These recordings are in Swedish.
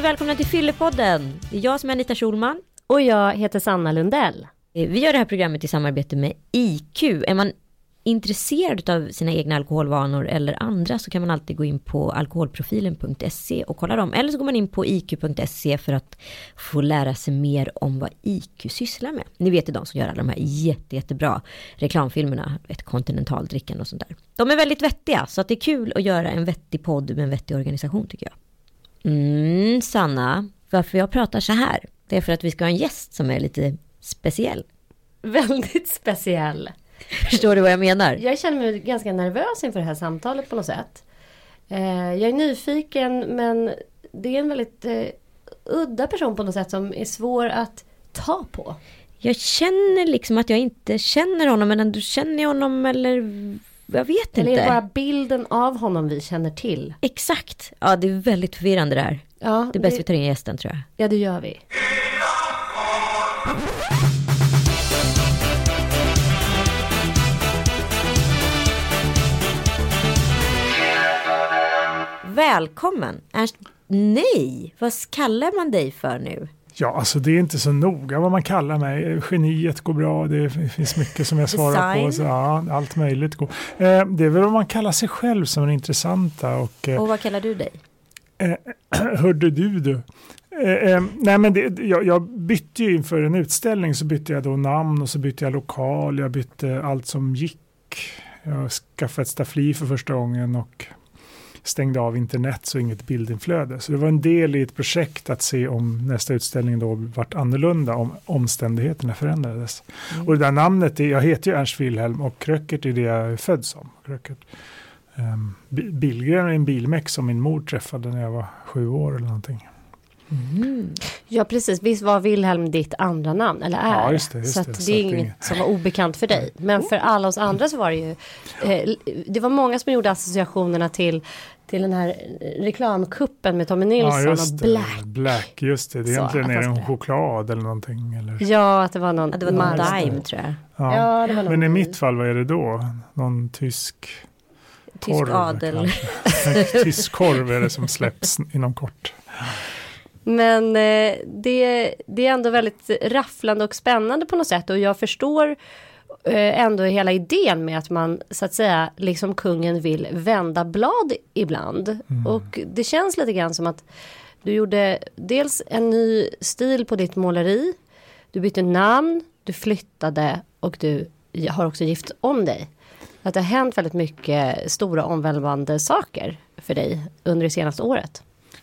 välkomna till Fyllepodden. Det är jag som är Anita Schulman. Och jag heter Sanna Lundell. Vi gör det här programmet i samarbete med IQ. Är man intresserad av sina egna alkoholvanor eller andra så kan man alltid gå in på alkoholprofilen.se och kolla dem. Eller så går man in på iq.se för att få lära sig mer om vad IQ sysslar med. Ni vet ju de som gör alla de här jättebra reklamfilmerna, ett kontinentaldrickan och sånt där. De är väldigt vettiga så att det är kul att göra en vettig podd med en vettig organisation tycker jag. Sanna, varför jag pratar så här? Det är för att vi ska ha en gäst som är lite speciell. Väldigt speciell. Förstår du vad jag menar? Jag känner mig ganska nervös inför det här samtalet på något sätt. Jag är nyfiken, men det är en väldigt udda person på något sätt som är svår att ta på. Jag känner liksom att jag inte känner honom, men du känner honom eller jag vet eller inte. Eller är det bara bilden av honom vi känner till? Exakt. Ja, det är väldigt förvirrande där. Ja, det är bäst vi tar in gästen tror jag. Ja, det gör vi. Välkommen. Ernst, nej, vad kallar man dig för nu? Ja, alltså det är inte så noga vad man kallar mig. Geniet går bra, det finns mycket som jag svarar Design. på. Så, ja, allt möjligt går. Det är väl vad man kallar sig själv som är intressanta. Och vad kallar du dig? Hörde du? Nej, men jag bytte ju inför en utställning så bytte jag då namn och så bytte jag lokal. Jag bytte allt som gick. Jag skaffade ett staffli för första gången och stängde av internet så inget bildinflöde. Så det var en del i ett projekt att se om nästa utställning då vart annorlunda, om omständigheterna förändrades. Och det där namnet, jag heter ju Ernst Wilhelm och Kröckert är det jag är född som. Kröckert. Billgren är en bilmäck som min mor träffade när jag var 7 år eller någonting. Ja, precis. Visst var Wilhelm ditt andra namn, eller är? Ja, just det. Så att det är inget som var obekant för dig. Men för alla oss andra så var det ju... det var många som gjorde associationerna till den här reklamkuppen med Tommy Nilsson och Black. Black, just det. Det är egentligen en choklad eller någonting. Eller? Ja, att det var någon... det var någon Daim, tror jag. Ja, det var någon... Men i mitt fall, vad är det då? Någon tysk korv, adel. Tysk korv är det som släpps inom kort. Men det är ändå väldigt rafflande och spännande på något sätt. Och jag förstår ändå hela idén med att man så att säga liksom kungen vill vända blad ibland. Och det känns lite grann som att du gjorde dels en ny stil på ditt måleri. Du bytte namn, du flyttade och du har också gift om dig. Att det har hänt väldigt mycket stora omvälvande saker för dig under det senaste året.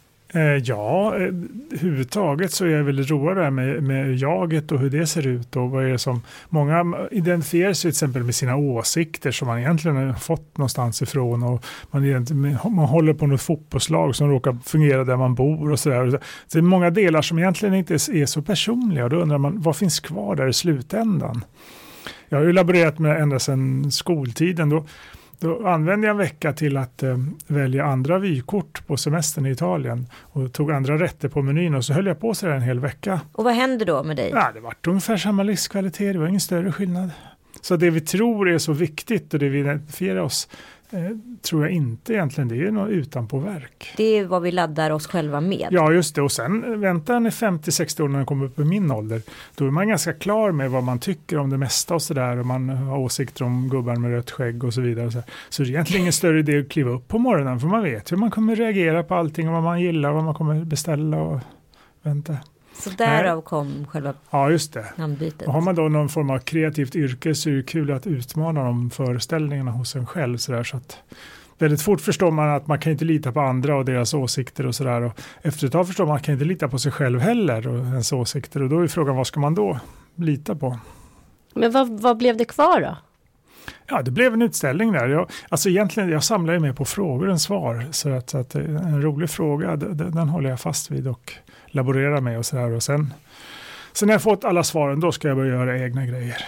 Ja, huvudtaget så är jag väldigt road där med jaget och hur det ser ut och vad är det som många identifierar sig till exempel med sina åsikter som man egentligen har fått någonstans ifrån och man håller på något fotbollslag som råkar fungera där man bor och sådär. Så det är många delar som egentligen inte är så personliga och då undrar man vad finns kvar där i slutändan? Jag har ju laborerat med ända sedan skoltiden Då använde jag en vecka till att välja andra vykort på semestern i Italien och tog andra rätter på menyn och så höll jag på sig en hel vecka. Och vad hände då med dig? Ja, det var ungefär samma livskvalitet, det var ingen större skillnad. Så det vi tror är så viktigt och det vi identifierar oss tror jag inte egentligen det är något utanpåverk. Det är vad vi laddar oss själva med. Ja, just det. Och sen väntar ni 50-60 år när man kommer upp i min ålder. Då är man ganska klar med vad man tycker om det mesta och sådär. Och man har åsikter om gubbar med rött skägg och så vidare. Så det är egentligen ingen större idé att kliva upp på morgonen. För man vet hur man kommer reagera på allting och vad man gillar och vad man kommer beställa och vänta. Så därav kom själva namnbytet. Och har man då någon form av kreativt yrke så är det kul att utmana de föreställningarna hos en själv. Så att väldigt fort förstår man att man kan inte lita på andra och deras åsikter och sådär. Och efter ett tag förstår man att man kan inte lita på sig själv heller och ens åsikter. Och då är frågan, vad ska man då lita på? Men vad blev det kvar då? Ja, det blev en utställning där. Jag samlar ju mer på frågor än svar. Så att en rolig fråga, den håller jag fast vid och laborerar med och sådär. Och sen när jag fått alla svaren, då ska jag börja göra egna grejer.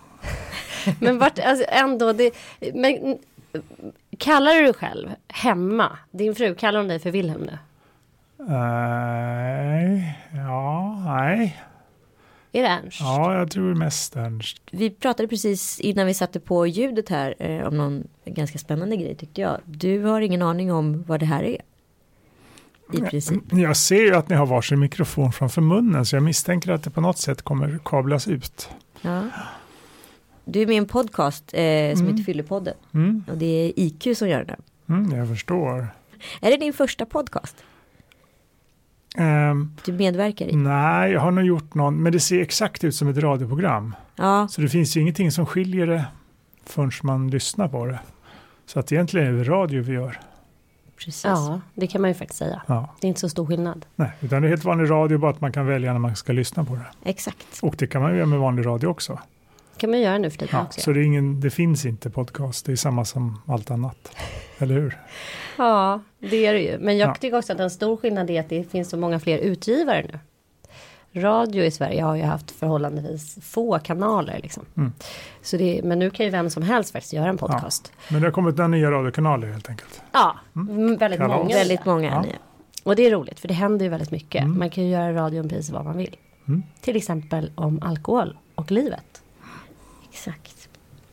Men men kallar du dig själv hemma? Din fru, kallar hon dig för Wilhelm nu? Nej. Är det Ernst? Ja, jag tror mest Ernst. Vi pratade precis innan vi satte på ljudet här om någon ganska spännande grej tyckte jag. Du har ingen aning om vad det här är? i princip. Jag ser ju att ni har varsin mikrofon framför munnen, så jag misstänker att det på något sätt kommer kablas ut. Ja. Du är med i en podcast som heter Fyllepodden. Och det är IQ som gör den. Jag förstår. Är det din första podcast? Du medverkar i? Nej, jag har nog gjort någon, men det ser exakt ut som ett radioprogram. Ja. Så det finns ju ingenting som skiljer det förrän man lyssnar på det. Så att egentligen är det radio vi gör. Precis. Ja, det kan man ju faktiskt säga. Ja. Det är inte så stor skillnad. Nej, utan det är helt vanlig radio, bara att man kan välja när man ska lyssna på det. Exakt. Och det kan man göra med vanlig radio också. Det kan man göra nu för tiden också. Så det finns inte podcast, det är samma som allt annat. Eller hur? Ja, det är det ju. Men jag tycker också att en stor skillnad är att det finns så många fler utgivare nu. Radio i Sverige har ju haft förhållandevis få kanaler liksom. Så men nu kan ju vem som helst faktiskt göra en podcast. Ja. Men det har kommit några nya radiokanaler helt enkelt. Ja, väldigt många. Väldigt många nya. Och det är roligt, för det händer ju väldigt mycket. Man kan ju göra radion precis vad man vill. Till exempel om alkohol och livet. Exakt.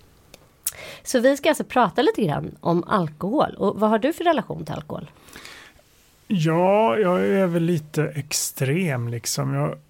Så vi ska alltså prata lite grann om alkohol. Och vad har du för relation till alkohol? Ja, jag är väl lite extrem liksom.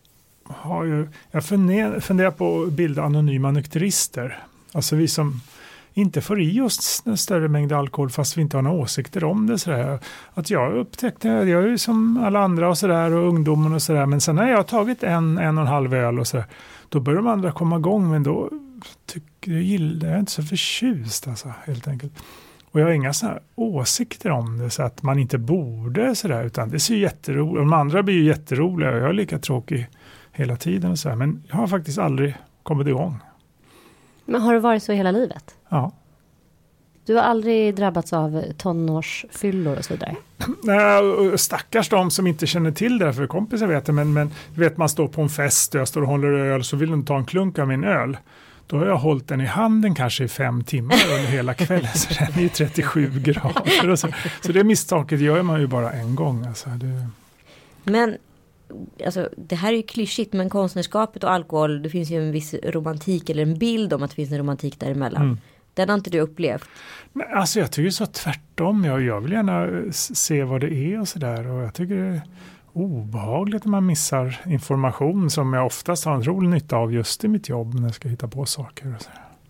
Jag funderar på att bilda anonyma nykterister. Alltså vi som inte får i oss en större mängd alkohol fast vi inte har några åsikter om det. Sådär. Att jag upptäckte, jag är ju som alla andra och sådär, och ungdomen och sådär. Men sen när jag har tagit en och en halv öl och sådär, då börjar de andra komma igång. Men då jag är inte så förtjust alltså, helt enkelt. Och jag har inga sådana åsikter om det, så att man inte borde sådär, utan det ser jätteroligt. De andra blir ju jätteroliga och jag är lika tråkig hela tiden och sådär. Men jag har faktiskt aldrig kommit igång. Men har det varit så hela livet? Ja. Du har aldrig drabbats av tonårsfyllor och så vidare? Nej, stackars de som inte känner till det, för kompisar vet det. Men vet, man står på en fest och jag står och håller öl, så vill de ta en klunk av min öl. Då har jag hållit den i handen kanske i 5 timmar under hela kvällen. Så den är ju 37 grader. Så det misstaget gör man ju bara en gång. Alltså, Men alltså, det här är ju klyschigt, men konstnärskapet och alkohol, det finns ju en viss romantik eller en bild om att det finns en romantik däremellan. Den har inte du upplevt? Men, alltså jag tycker så tvärtom. Jag vill gärna se vad det är och sådär. Och jag tycker det är obehagligt när man missar information som jag oftast har en rolig nytta av just i mitt jobb när jag ska hitta på saker. Och så.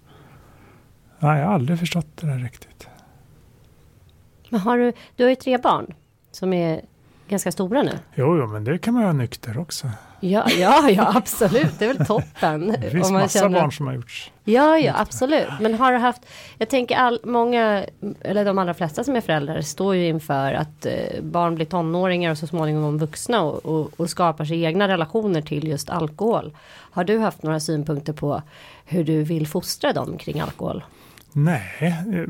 Nej, jag har aldrig förstått det där riktigt. Men du har ju 3 barn som är ganska stora nu. Jo, men det kan man ju ha nykter också. Ja, absolut. Det är väl toppen. Det finns massa barn som har gjorts. Ja, absolut. Men har du haft, jag tänker många, eller de allra flesta som är föräldrar står ju inför att barn blir tonåringar och så småningom vuxna och skapar sig egna relationer till just alkohol. Har du haft några synpunkter på hur du vill fostra dem kring alkohol? Nej,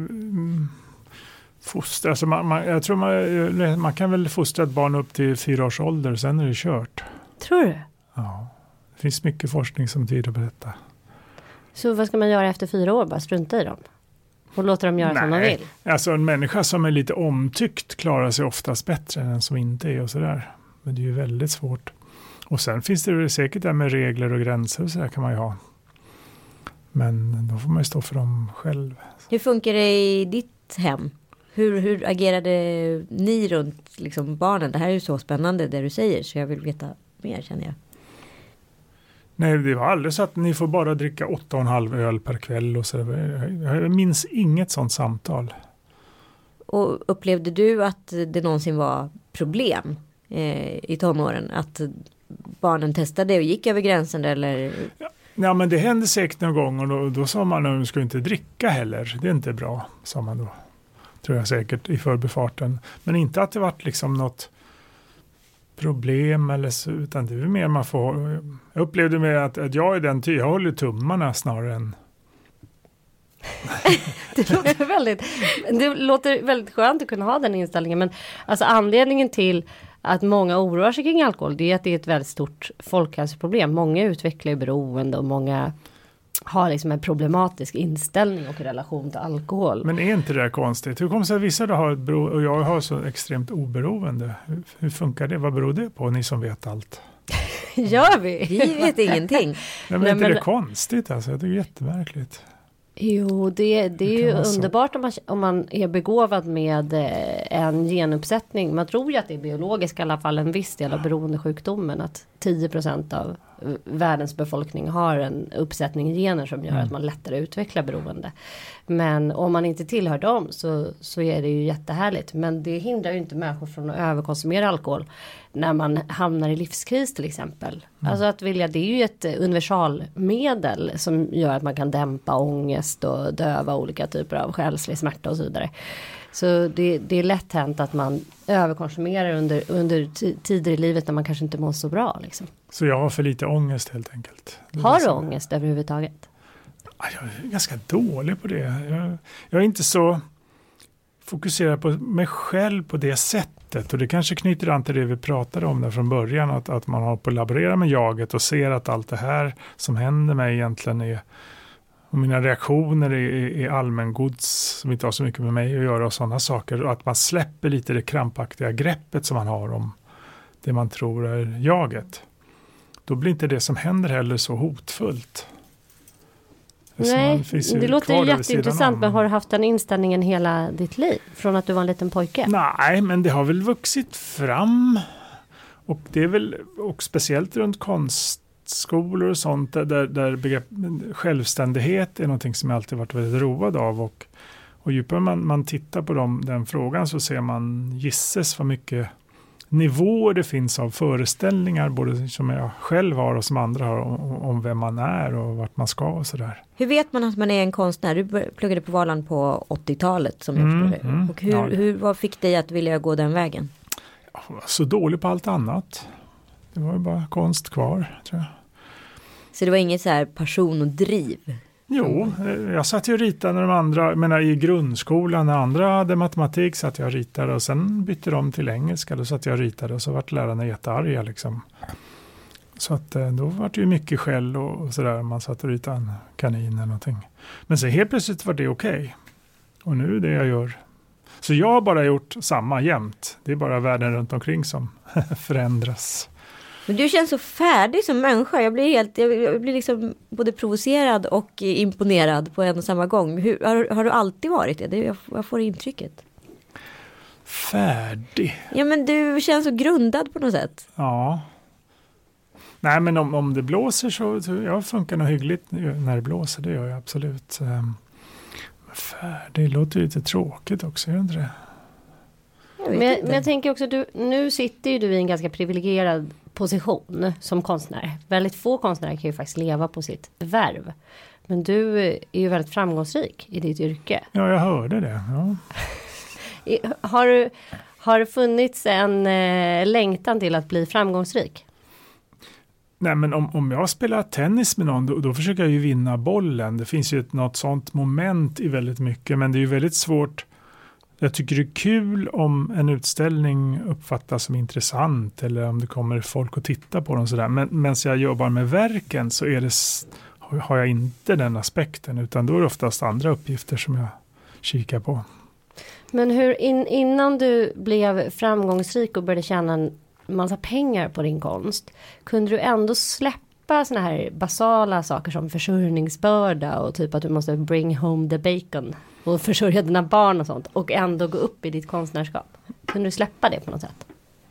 fostra, alltså jag tror man kan väl fostra ett barn upp till 4 års ålder, sen är det kört. Tror du? Ja, det finns mycket forskning som tyder på detta. Så vad ska man göra efter 4 år? Bara strunta i dem? Och låta dem göra som de vill? Alltså en människa som är lite omtyckt klarar sig oftast bättre än en som inte är och sådär. Men det är ju väldigt svårt. Och sen finns det säkert där med regler och gränser och sådär kan man ju ha. Men då får man ju stå för dem själv. Hur funkar det i ditt hem? Hur agerade ni runt liksom, barnen? Det här är ju så spännande det du säger, så jag vill veta mer, känner jag. Nej, det var aldrig så att ni får bara dricka 8,5 öl per kväll och så. Jag minns inget sånt samtal. Och upplevde du att det någonsin var problem i tonåren? Att barnen testade och gick över gränsen eller? Ja, men det hände säkert någon gång och då sa man att du ska inte dricka heller. Det är inte bra, sa man då. Tror jag säkert i förbifarten. Men inte att det varit liksom något problem eller så, utan det är mer man får. Jag upplevde med att jag är den jag håller tummarna snarare än. Det låter väldigt skönt att kunna ha den inställningen, men alltså anledningen till att många oroar sig kring alkohol, det är att det är ett väldigt stort folkhälsoproblem. Många utvecklar ju beroende och många har liksom en problematisk inställning och relation till alkohol. Men är inte det där konstigt? Hur kommer det sig att vissa har ett och jag har så extremt oberoende? Hur funkar det? Vad beror det på, ni som vet allt? Gör vi? Vi vet ingenting. Nej, men inte det konstigt alltså? Jag tycker det är jättemärkligt. Jo, det är ju underbart om man är begåvad med en genuppsättning. Man tror ju att det är biologiskt, i alla fall en viss del av beroendesjukdomen. Att 10% av världens befolkning har en uppsättning gener som gör att man lättare utvecklar beroende. Men om man inte tillhör dem så är det ju jättehärligt. Men det hindrar ju inte människor från att överkonsumera alkohol när man hamnar i livskris till exempel. Alltså att vilja, det är ju ett universalmedel som gör att man kan dämpa ångest och döva olika typer av själslig smärta och så vidare. Så det är lätt hänt att man överkonsumerar under tider i livet när man kanske inte mår så bra. Liksom. Så jag har för lite ångest helt enkelt. Har du ångest överhuvudtaget? Jag är ganska dålig på det. Jag är inte så fokuserad på mig själv på det sättet. Och det kanske knyter an till det vi pratade om där från början. Att man har på att laborera med jaget och ser att allt det här som händer mig egentligen är... Och mina reaktioner är allmängods som inte har så mycket med mig att göra och sådana saker. Och att man släpper lite det krampaktiga greppet som man har om det man tror är jaget. Då blir inte det som händer heller så hotfullt. Nej, det låter ju jätteintressant, men har du haft den inställningen hela ditt liv? Från att du var en liten pojke? Nej, men det har väl vuxit fram. Och det är väl, och speciellt runt konstskolor och sånt, där begrepp självständighet är någonting som jag alltid varit väldigt road av. Och djupare man tittar på den frågan så ser man gisses vad mycket nivåer det finns av föreställningar, både som jag själv har och som andra har, om vem man är och vart man ska och sådär. Hur vet man att man är en konstnär? Du pluggade på Valand på 80-talet som jag förstår det. Och vad fick dig att vilja gå den vägen? Jag var så dålig på allt annat. Det var ju bara konst kvar, tror jag. Så det var inget så här passion och driv? Jo, jag satt ju och ritade när de andra, i grundskolan när andra hade matematik satt jag och ritade och sen bytte de till engelska, då satt jag och ritade och så vart lärarna jättearga liksom. Så att då var det ju mycket skäll och sådär, man satt och ritade en kanin eller någonting. Men så helt plötsligt var det okej. Och nu är det jag gör. Så jag har bara gjort samma jämt. Det är bara världen runt omkring som förändras. Men du känns så färdig som människa. Jag blir liksom både provocerad och imponerad på en och samma gång. Har du alltid varit det? Jag får intrycket. Färdig? Ja, men du känns så grundad på något sätt. Ja. Nej, men om det blåser så jag funkar nog hyggligt när det blåser. Det gör jag absolut. Färdig låter lite tråkigt också, gör inte det? Men jag tänker också, nu sitter ju du i en ganska privilegierad position som konstnär. Väldigt få konstnärer kan ju faktiskt leva på sitt värv. Men du är ju väldigt framgångsrik i ditt yrke. Ja, jag hörde det. Ja. Har det funnits en längtan till att bli framgångsrik? Nej, men om jag spelar tennis med någon då försöker jag ju vinna bollen. Det finns ju något sånt moment i väldigt mycket, men det är ju väldigt svårt. Jag tycker det är kul om en utställning uppfattas som intressant eller om det kommer folk att titta på dem sådär. Men medan jag jobbar med verken så har jag inte den aspekten, utan då är det oftast andra uppgifter som jag kikar på. Men innan du blev framgångsrik och började tjäna en massa pengar på din konst, kunde du ändå släppa såna här basala saker som försörjningsbörda och typ att du måste bring home the bacon och försörja dina barn och sånt och ändå gå upp i ditt konstnärskap? Kunde du släppa det på något sätt?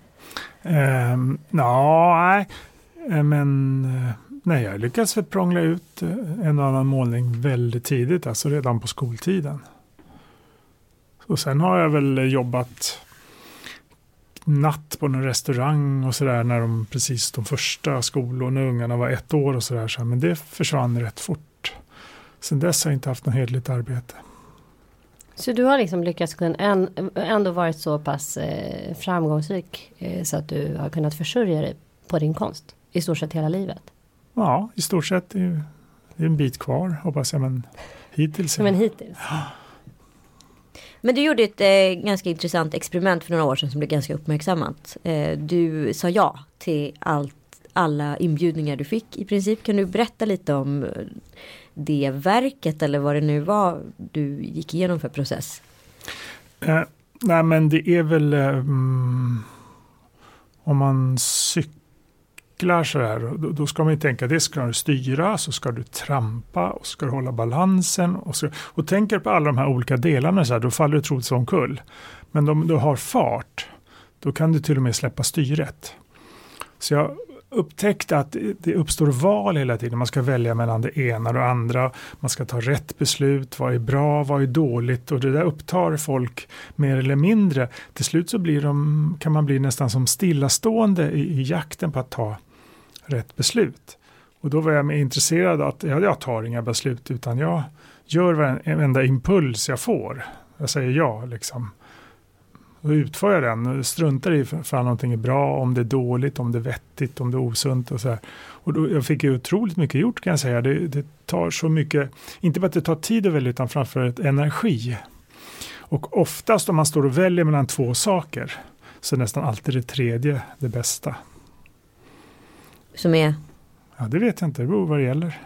Nej, jag lyckades prångla ut en och annan målning väldigt tidigt, alltså redan på skoltiden. Och sen har jag väl jobbat natt på en restaurang och sådär när de första skolorna, ungarna var 1 år och sådär. Så, men det försvann rätt fort. Sen dess har jag inte haft något hedligt arbete. Så du har liksom lyckats ändå varit så pass framgångsrik så att du har kunnat försörja dig på din konst i stort sett hela livet? Ja, i stort sett. Det är en bit kvar, hoppas jag, men hittills. Men hittills? Ja. Men du gjorde ett ganska intressant experiment för några år sedan som blev ganska uppmärksammat. Du sa ja till alla inbjudningar du fick i princip. Kan du berätta lite om det verket eller vad det nu var du gick igenom för process? Nej, men det är väl om man cyklar så här, då ska man ju tänka, det ska du styra, så ska du trampa och ska du hålla balansen och tänker på alla de här olika delarna så här, då faller du troligtvis omkull. Men om du har fart, då kan du till och med släppa styret. Så jag upptäckte att det uppstår val hela tiden. Man ska välja mellan det ena och det andra. Man ska ta rätt beslut. Vad är bra, vad är dåligt? Och det där upptar folk mer eller mindre. Till slut så kan man bli nästan som stillastående i jakten på att ta rätt beslut. Och då var jag mer intresserad av att jag tar inga beslut, utan jag gör varenda impuls jag får. Jag säger ja liksom. Då utför jag den, struntar i för någonting är bra, om det är dåligt, om det är vettigt, om det är osunt och så här. Och då, jag fick ju otroligt mycket gjort, kan jag säga. Det tar så mycket, inte bara att det tar tid att välja, utan framförallt energi. Och oftast om man står och väljer mellan två saker, så är nästan alltid det tredje det bästa. Som är? Ja, det vet jag inte, det beror vad det gäller.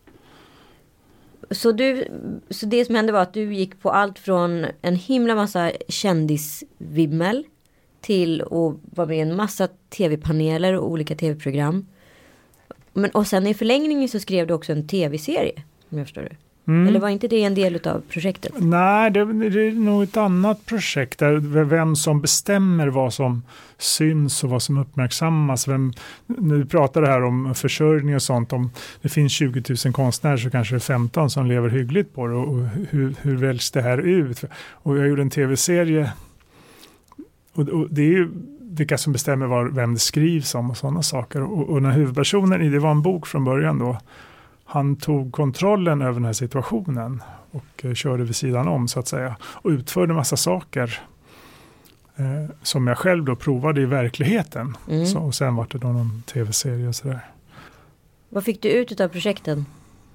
Så det som hände var att du gick på allt från en himla massa kändisvimmel till att vara med i en massa tv-paneler och olika tv-program. Och sen i förlängningen så skrev du också en tv-serie, om jag förstår det. Eller var inte det en del av projektet? Nej, det är nog ett annat projekt där vem som bestämmer vad som syns och vad som uppmärksammas. Nu pratar det här om försörjning och sånt. Om det finns 20 000 konstnärer så kanske det är 15 som lever hyggligt på det. Och hur väljs det här ut? Och jag gjorde en tv-serie. Och det är ju vilka som bestämmer vem det skrivs om och sådana saker. Och när huvudpersonen, det var en bok från början då, han tog kontrollen över den här situationen och körde vid sidan om så att säga. Och utförde massa saker som jag själv då provade i verkligheten. Och sen var det då någon tv-serie och sådär. Vad fick du ut av projekten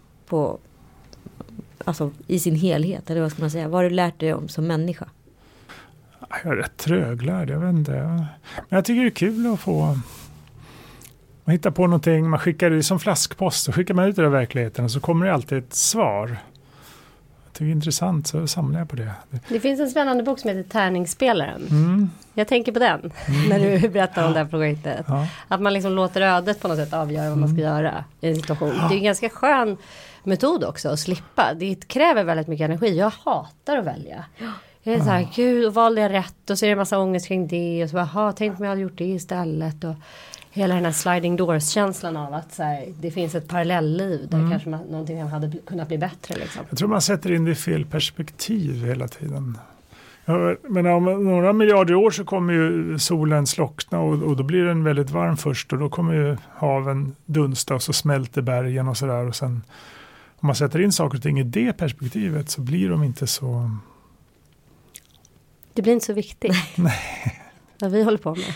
alltså i sin helhet? Eller vad ska man säga? Vad har du lärt dig om som människa? Jag är rätt tröglärd, jag vet inte. Men jag tycker det är kul att få... Man hittar på någonting, man skickar det som flaskpost, så skickar man ut det i verkligheten och så kommer det alltid ett svar. Jag tycker det är intressant, så samlar jag på det. Det finns en spännande bok som heter Tärningsspelaren. Jag tänker på den när du berättar om det här projektet. Ja. Att man liksom låter ödet på något sätt avgöra vad man ska göra i en situation. Det är en ganska skön metod också att slippa. Det kräver väldigt mycket energi. Jag hatar att välja. Jag är så här, gud, valde jag rätt? Och så är det en massa ångest kring det. Och så bara, tänk om jag hade gjort det istället. Och hela den här sliding doors-känslan av att så här, det finns ett parallellliv där kanske någonting hade kunnat bli bättre. Liksom. Jag tror man sätter in det i fel perspektiv hela tiden. Men om några miljarder år så kommer ju solen slockna och då blir den väldigt varm först. Och då kommer ju haven dunsta och så smälter bergen och sådär. Och sen om man sätter in saker och ting i det perspektivet så blir de inte så... Det blir inte så viktigt. Nej. Vad vi håller på med.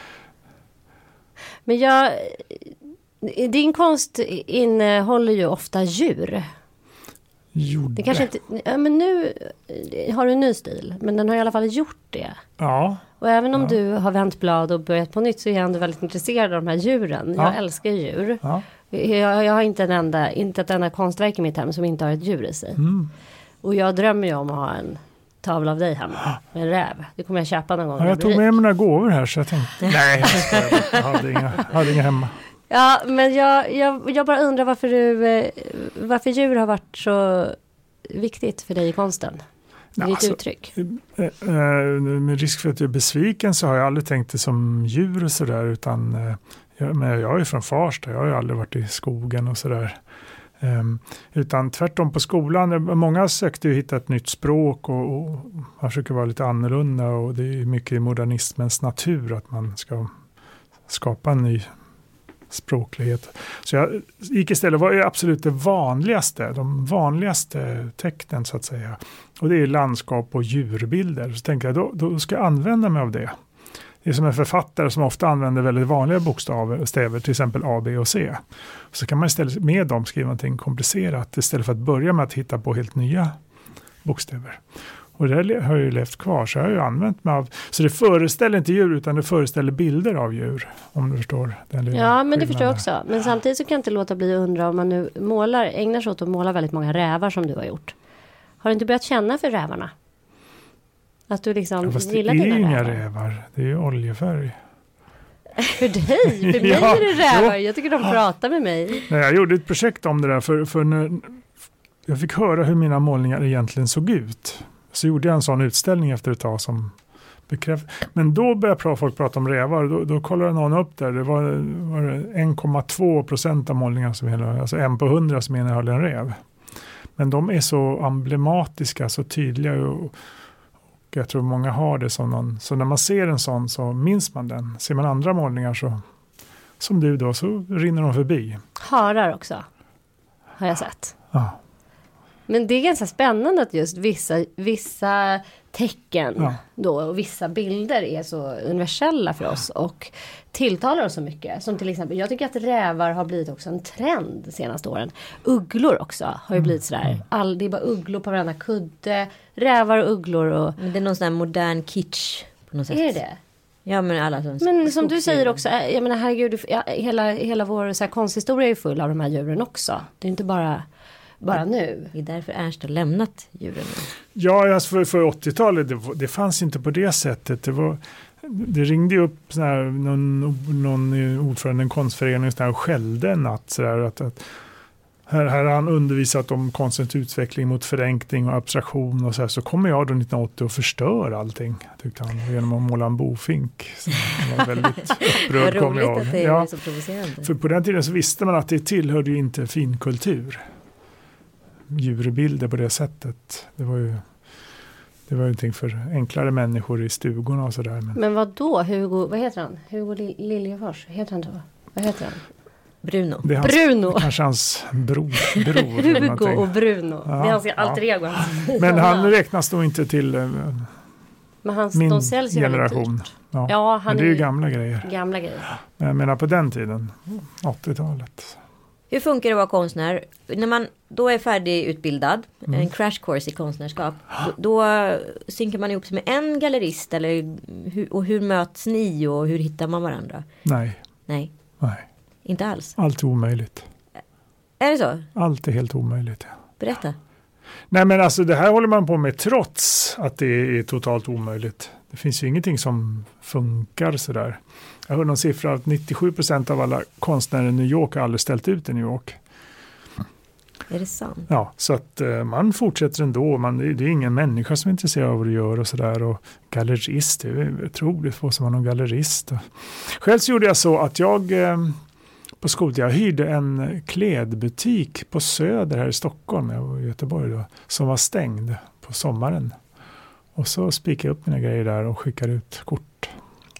Men din konst innehåller ju ofta djur. Det kanske inte, men nu har du en ny stil, men den har i alla fall gjort det. Ja. Och även om du har vänt blad och börjat på nytt så är jag ändå väldigt intresserad av de här djuren. Jag älskar djur. Ja. Jag har inte ett enda konstverk i mitt hem som inte har ett djur i sig. Och jag drömmer ju om att ha en tavla av dig hemma med en räv. Det kommer jag köpa någon gång. Ja, jag tog med mina gåvor här så jag tänkte, nej, jag hade inga hemma. Ja, men jag bara undrar varför djur har varit så viktigt för dig i konsten. Ditt uttryck. Med risk för att jag är besviken så har jag aldrig tänkt det som djur och sådär, utan men jag är från Farsta, jag har ju aldrig varit i skogen och sådär. Utan tvärtom på skolan, många sökte ju hitta ett nytt språk och man försöker vara lite annorlunda, och det är mycket i modernismens natur att man ska skapa en ny språklighet. Så jag gick istället, vad är absolut det vanligaste, de vanligaste tecknen så att säga, och det är landskap och djurbilder. Så tänkte jag, då ska jag använda mig av det. Det är som en författare som ofta använder väldigt vanliga bokstäver, till exempel A, B och C. Så kan man istället med dem skriva någonting komplicerat istället för att börja med att hitta på helt nya bokstäver. Och det har jag ju levt kvar, så jag har ju använt mig av... Så det föreställer inte djur, utan det föreställer bilder av djur, om du förstår den lilla Ja, men skillnaden. det förstår jag också. Men samtidigt så kan jag inte låta bli att undra, om man nu ägnar sig åt att måla väldigt många rävar som du har gjort. Har du inte börjat känna för rävarna? Att du liksom gillar dina rävar? Det är inga rävar, det är ju oljefärg. För dig? För mig är det rävar. Jag tycker de pratar med mig. Nej, jag gjorde ett projekt om det där för när jag fick höra hur mina målningar egentligen såg ut. Så gjorde jag en sån utställning efter ett tag som bekräftade. Men då började folk prata om rävar. Då kollade någon upp där. Det var 1,2% av målningar som innehöll, alltså 1 på 100 som innehöll en räv. Men de är så emblematiska, så tydliga och jag tror många har det som någon. Så när man ser en sån så minns man den. Ser man andra målningar så, som du då, så rinner de förbi. Harar också har jag sett. Ja. Men det är ganska spännande att just vissa tecken då och vissa bilder är så universella för oss och tilltalar oss så mycket. Som till exempel, jag tycker att rävar har blivit också en trend de senaste åren. Ugglor också har ju blivit sådär. Det är bara ugglor på varandra kudde. Rävar och ugglor. Och... Men det är någon sån här modern kitsch på något sätt. Är det? Ja, men alla som... Men som du säger också, jag menar herregud, hela vår så här, konsthistoria är full av de här djuren också. Det är inte bara nu. Det är därför Ernst har lämnat djuren. Ja, alltså för 80-talet, det fanns inte på det sättet. Det ringde ju upp så här, någon ordförande i en konstförening och skällde en natt. Så där, att här har han undervisat om konstens utveckling mot förenkling och abstraktion och så här. Så kommer jag då 1980 och förstör allting, tyckte han, genom att måla en bofink. Så han var väldigt upprörd. Vad roligt att det är så provocerande. För på den tiden så visste man att det tillhörde ju inte finkultur. Djurbilder på det sättet. Det var ju någonting för enklare människor i stugorna och sådär. Men vad då? Vad heter han? Hugo Liljefors? Heter han så? Vad heter han? Bruno. Det är Bruno. Kanske hans bror. Hugo och Bruno. Ja, det är hans alter ego. Men han räknas nog inte till min de säljs generation. Ja, men det är ju gamla grejer. Gamla grejer. Men jag menar på den tiden, 80-talet. Hur funkar det att vara konstnär? När man då är färdigutbildad, en crash course i konstnärskap, då synkar man ihop sig med en gallerist eller hur möts ni och hur hittar man varandra? Nej. Inte alls? Allt är omöjligt. Är det så? Allt är helt omöjligt. Ja. Berätta. Nej, men alltså det här håller man på med trots att det är totalt omöjligt. Det finns ju ingenting som funkar sådär. Jag hörde någon siffra att 97% av alla konstnärer i New York har aldrig ställt ut i New York. Är det sant? Ja, så att man fortsätter ändå. Det är ingen människa som är intresserad av vad du gör och sådär. Och gallerist, det är otroligt få som har någon gallerist. Själv så gjorde jag så att jag på skolan, jag hyrde en klädbutik på Söder här i Stockholm, jag var i Göteborg då, som var stängd på sommaren. Och så spikade jag upp mina grejer där och skickade ut kort.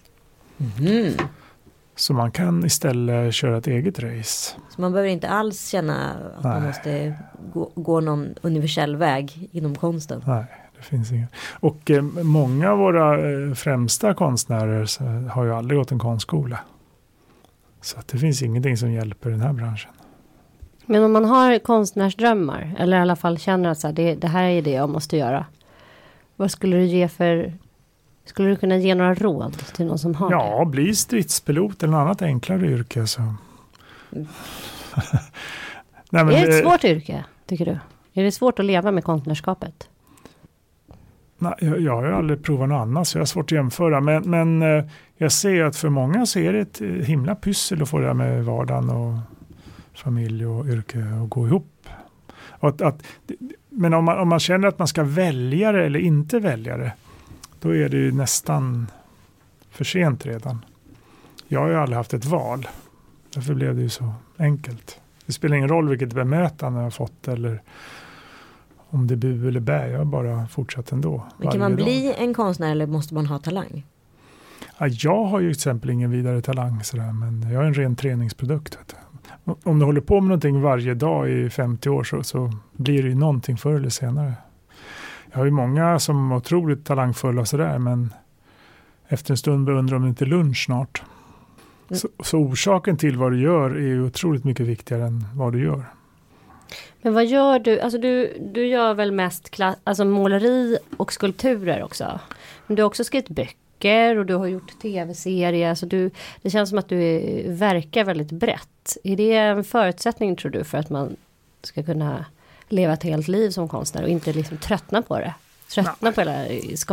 Så man kan istället köra ett eget race. Så man behöver inte alls känna att man måste gå någon universell väg inom konsten? Nej, det finns inget. Och många av våra främsta konstnärer har ju aldrig gått en konstskola. Så att det finns ingenting som hjälper den här branschen. Men om man har konstnärsdrömmar, eller i alla fall känner att så här, det här är det jag måste göra. Vad skulle du ge skulle du kunna ge några råd till någon som har det? Ja, bli stridspilot eller något annat enklare yrke. Så. Nej, men är det ett svårt yrke, tycker du? Är det svårt att leva med konstnärskapet? Nej, jag har ju aldrig provat något annat så jag har svårt att jämföra. Men jag ser att för många så är det ett himla pyssel att få det där med vardagen och familj och yrke och gå ihop. Men om man känner att man ska välja det eller inte välja det, då är det ju nästan för sent redan. Jag har ju aldrig haft ett val. Därför blev det ju så enkelt. Det spelar ingen roll vilket bemötande jag har fått eller om det är bu eller bä. Jag har bara fortsatt ändå. Men kan man bli en konstnär eller måste man ha talang? Ja, jag har ju till exempel ingen vidare talang sådär, men jag är en ren träningsprodukt. Vet du. Om du håller på med någonting varje dag i 50 år så blir det ju någonting förr eller senare. Jag har ju många som är otroligt talangfulla och sådär, men efter en stund beundrar de inte lunch snart. Så orsaken till vad du gör är ju otroligt mycket viktigare än vad du gör. Men vad gör du? Alltså du gör väl mest måleri och skulpturer också. Men du har också skrivit böcker och du har gjort tv-serier. Alltså det känns som att du verkar väldigt brett. Är det en förutsättning, tror du, för att man ska kunna leva ett helt liv som konstnär och inte liksom tröttna på det? Tröttna på hela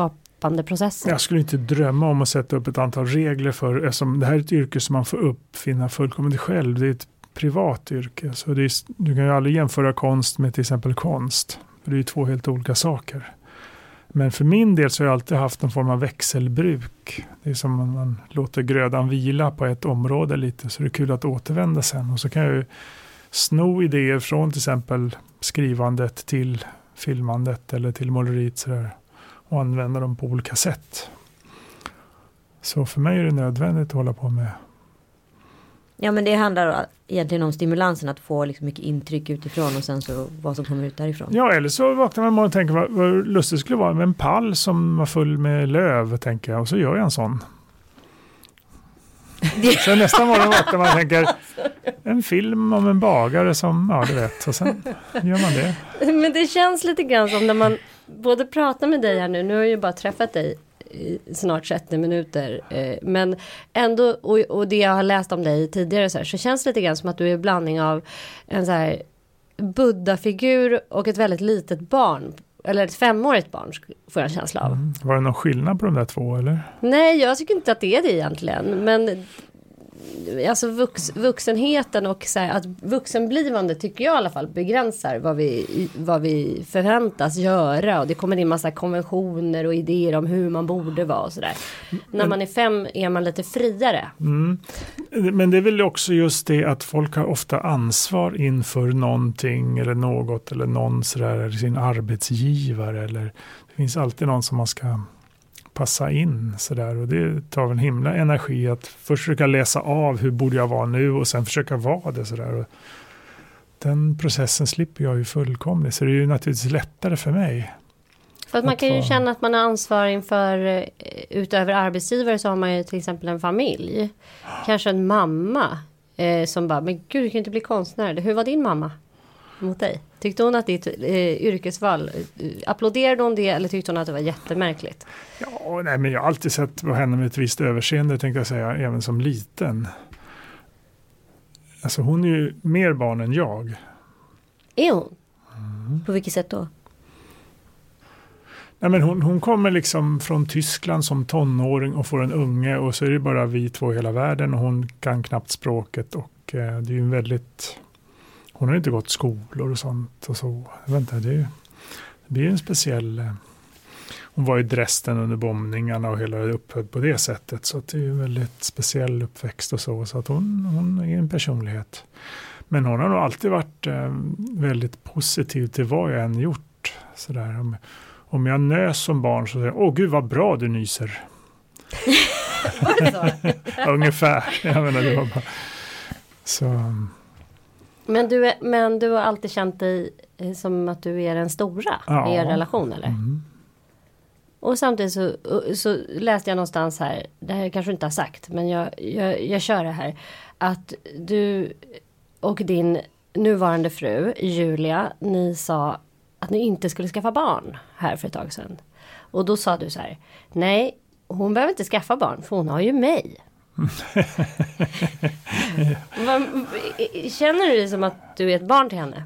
skapande processen. Jag skulle inte drömma om att sätta upp ett antal regler för, eftersom det här är ett yrke som man får uppfinna fullkomligt själv. Det är ett privat yrke. Så du kan ju aldrig jämföra konst med till exempel konst. För det är ju två helt olika saker. Men för min del så har jag alltid haft en form av växelbruk. Det är som om man låter grödan vila på ett område lite, så det är kul att återvända sen. Och så kan jag ju sno idéer från till exempel skrivandet till filmandet eller till måleriet sådär, och använda dem på olika sätt. Så för mig är det nödvändigt att hålla på med. Ja, men det handlar egentligen om stimulansen, att få liksom mycket intryck utifrån och sen så vad som kommer ut därifrån. Ja, eller så vaknar man och tänker vad lustigt skulle vara med en pall som var full med löv, tänker jag, och så gör jag en sån. Sen nästan morgon vaknar man och tänker en film om en bagare som, ja du vet, och sen gör man det. Men det känns lite grann som när man både pratar med dig här nu har jag ju bara träffat dig i snart 30 minuter, men ändå, och det jag har läst om dig tidigare så känns det lite grann som att du är en blandning av en så här Buddha-figur och ett väldigt litet barn, eller ett 5-årigt barn, får jag en känsla av. Var det någon skillnad på de där två, eller? Nej, jag tycker inte att det är det egentligen, men alltså vuxenheten och så här, att vuxenblivande tycker jag i alla fall begränsar vad vi förväntas göra, och det kommer in massa konventioner och idéer om hur man borde vara och sådär. När man är 5 är man lite friare. Men det är väl också just det att folk har ofta ansvar inför någonting eller något eller någon sådär, eller sin arbetsgivare, eller det finns alltid någon som man ska passa in sådär, och det tar en himla energi att först försöka läsa av hur borde jag vara nu och sen försöka vara det sådär, och den processen slipper jag ju fullkomligt, så det är ju naturligtvis lättare för mig. För att man kan ju känna att man har ansvar inför, utöver arbetsgivare så har man ju till exempel en familj, kanske en mamma som bara, men gud du kan inte bli konstnär. Hur var din mamma mot dig? Tyckte hon att ditt yrkesval, applåderade hon det eller tyckte hon att det var jättemärkligt? Ja, nej, men jag har alltid sett på henne med ett visst överseende, tänkte jag säga, även som liten. Alltså hon är ju mer barn än jag. Är hon? På vilket sätt då? Nej, men hon kommer liksom från Tyskland som tonåring och får en unge, och så är det bara vi två i hela världen, och hon kan knappt språket, och det är ju en väldigt... Hon har inte gått skolor och sånt och så. Vänta, det blir en speciell... Hon var i Dresden under bombningarna och hela upphöd på det sättet. Så att det är en väldigt speciell uppväxt och så. Så att hon är en personlighet. Men hon har nog alltid varit väldigt positiv till vad jag än gjort. Så där. Om jag nös som barn så säger jag, åh gud vad bra du nyser. Var det så? Ungefär. Jag menar, det var bara... Så... Men du har alltid känt dig som att du är den stora i er relation, eller? Och samtidigt så läste jag någonstans här, det här kanske inte har sagt, men jag kör det här, att du och din nuvarande fru Julia, ni sa att ni inte skulle skaffa barn här för ett tag sedan. Och då sa du så här, nej, hon behöver inte skaffa barn för hon har ju mig. Känner du dig som att du är ett barn till henne?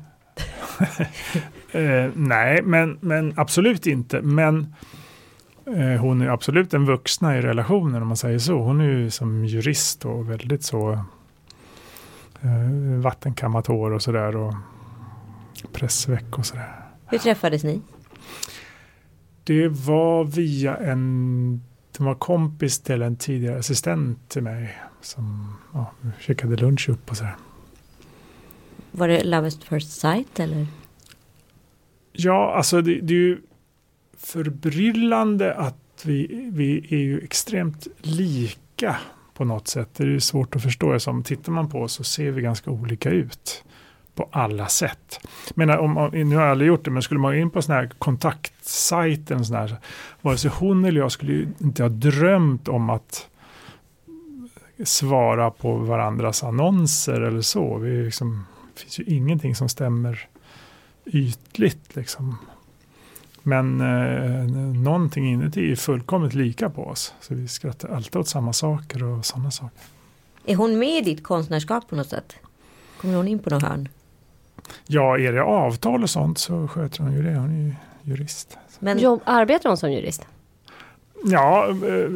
Nej, men absolut inte. Men hon är absolut en vuxna i relationen, om man säger så. Hon är ju som jurist och väldigt så vattenkammat hår och sådär, och pressveck och sådär. Hur träffades ni? Det var via det var kompis till en tidigare assistent till mig som skickade lunch upp och sådär. Var det Love at First Sight eller? Ja, alltså det är ju förbryllande att vi är ju extremt lika på något sätt. Det är ju svårt att förstå. Som tittar man på oss så ser vi ganska olika ut på alla sätt. Men nu har jag aldrig gjort det, men skulle man in på sån här kontaktsajten, sån här, vare sig hon eller jag skulle ju inte ha drömt om att svara på varandras annonser eller så. Det finns ju ingenting som stämmer ytligt liksom. Men någonting inuti är fullkomligt lika på oss. Så vi skrattar alltid åt samma saker och sådana saker. Är hon med i ditt konstnärskap på något sätt? Kommer hon in på något hörn? Ja, är det avtal och sånt så sköter hon ju det. Hon är ju jurist. Men arbetar hon som jurist? Ja,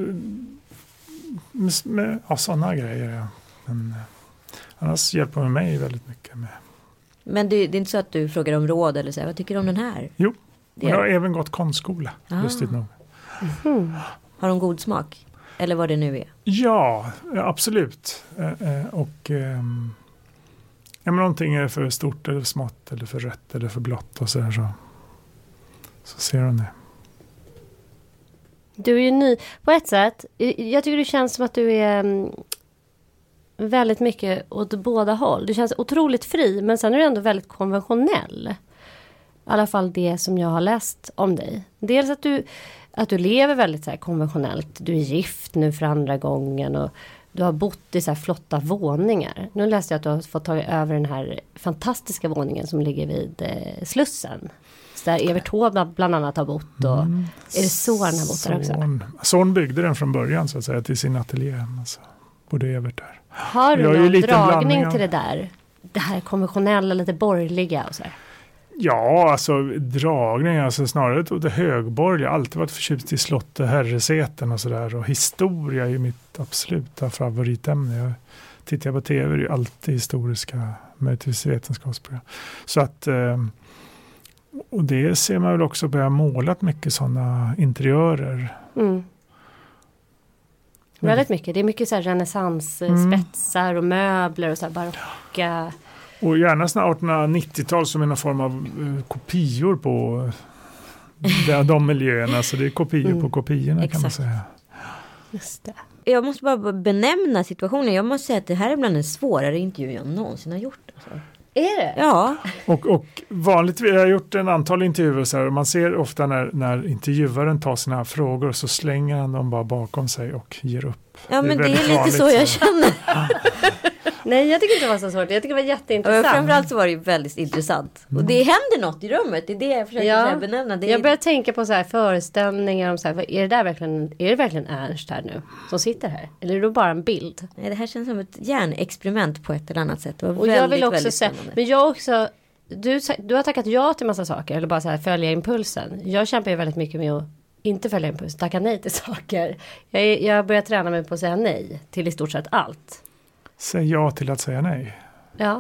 sådana grejer. Ja. Men annars hjälper man mig väldigt mycket med. Men det är inte så att du frågar om råd eller så här, vad tycker du om den här? Jo, jag har även gått konstskola, lustigt nog. Har de god smak? Eller vad det nu är? Ja, absolut. Och men någonting är för stort eller smått eller för rött eller för blått och så här så ser de det. Du är ju ny på ett sätt. Jag tycker det känns som att du är väldigt mycket åt båda håll. Du känns otroligt fri, men sen är du ändå väldigt konventionell. I alla fall det som jag har läst om dig. Dels att du lever väldigt så här konventionellt. Du är gift nu för andra gången och du har bott i så här flotta våningar. Nu läste jag att du har fått ta över den här fantastiska våningen som ligger vid Slussen. Så där Evert Taube bland annat har bott. Och är det Son har bott där också? Son byggde den från början så att säga till sin ateljé. Alltså, både Evert där. Har du någon dragning till det där? Det här konventionella, lite borgerliga och så här? Ja, alltså dragning, alltså snarare åt det högborgerliga. Jag har alltid varit förtjust i slott och herresäten och sådär. Och historia är ju mitt absoluta favoritämne. Tittar jag på tv är det ju alltid historiska, möjligtvis vetenskapsprogram. Så att, och det ser man väl också börja målat mycket sådana interiörer. Väldigt mycket. Det är mycket så här renässansspetsar och möbler och så här barocka. Och gärna sådana 1890-tal som en form av kopior på de miljöerna. Så det är kopior på kopiorna. Exakt. Kan man säga. Just det. Jag måste bara benämna situationen. Jag måste säga att det här är bland den svårare intervju jag någonsin har gjort. Alltså. Är det? Ja. Och vanligtvis, jag har gjort en antal intervjuer så här, och man ser ofta när intervjuaren tar sina frågor så slänger han dem bara bakom sig och ger upp. Ja, men det är lite vanligt, så jag känner. Nej, jag tycker inte det var så svårt. Jag tycker det var jätteintressant. Och framförallt så var det ju väldigt intressant. Och det händer något i rummet. Det är det jag försöker benämna. Jag börjar tänka på så här föreställningar om så här, är det verkligen Ernst här nu som sitter här? Eller är det bara en bild? Nej, det här känns som ett hjärnexperiment på ett eller annat sätt. Det var och väldigt, jag vill också väldigt säga, men jag också, du har tackat ja till massa saker eller bara så här följa impulsen. Jag kämpar ju väldigt mycket med att inte följa impulsen, tacka nej till saker. Jag börjar träna mig på att säga nej till i stort sett allt. Säg ja till att säga nej. Ja.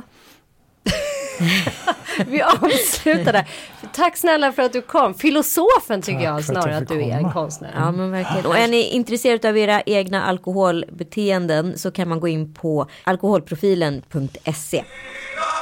Vi avslutar där. Tack snälla för att du kom. Filosofen tycker jag snarare att du är en konstnär. Ja, men verkligen. Och är ni intresserade av era egna alkoholbeteenden så kan man gå in på alkoholprofilen.se.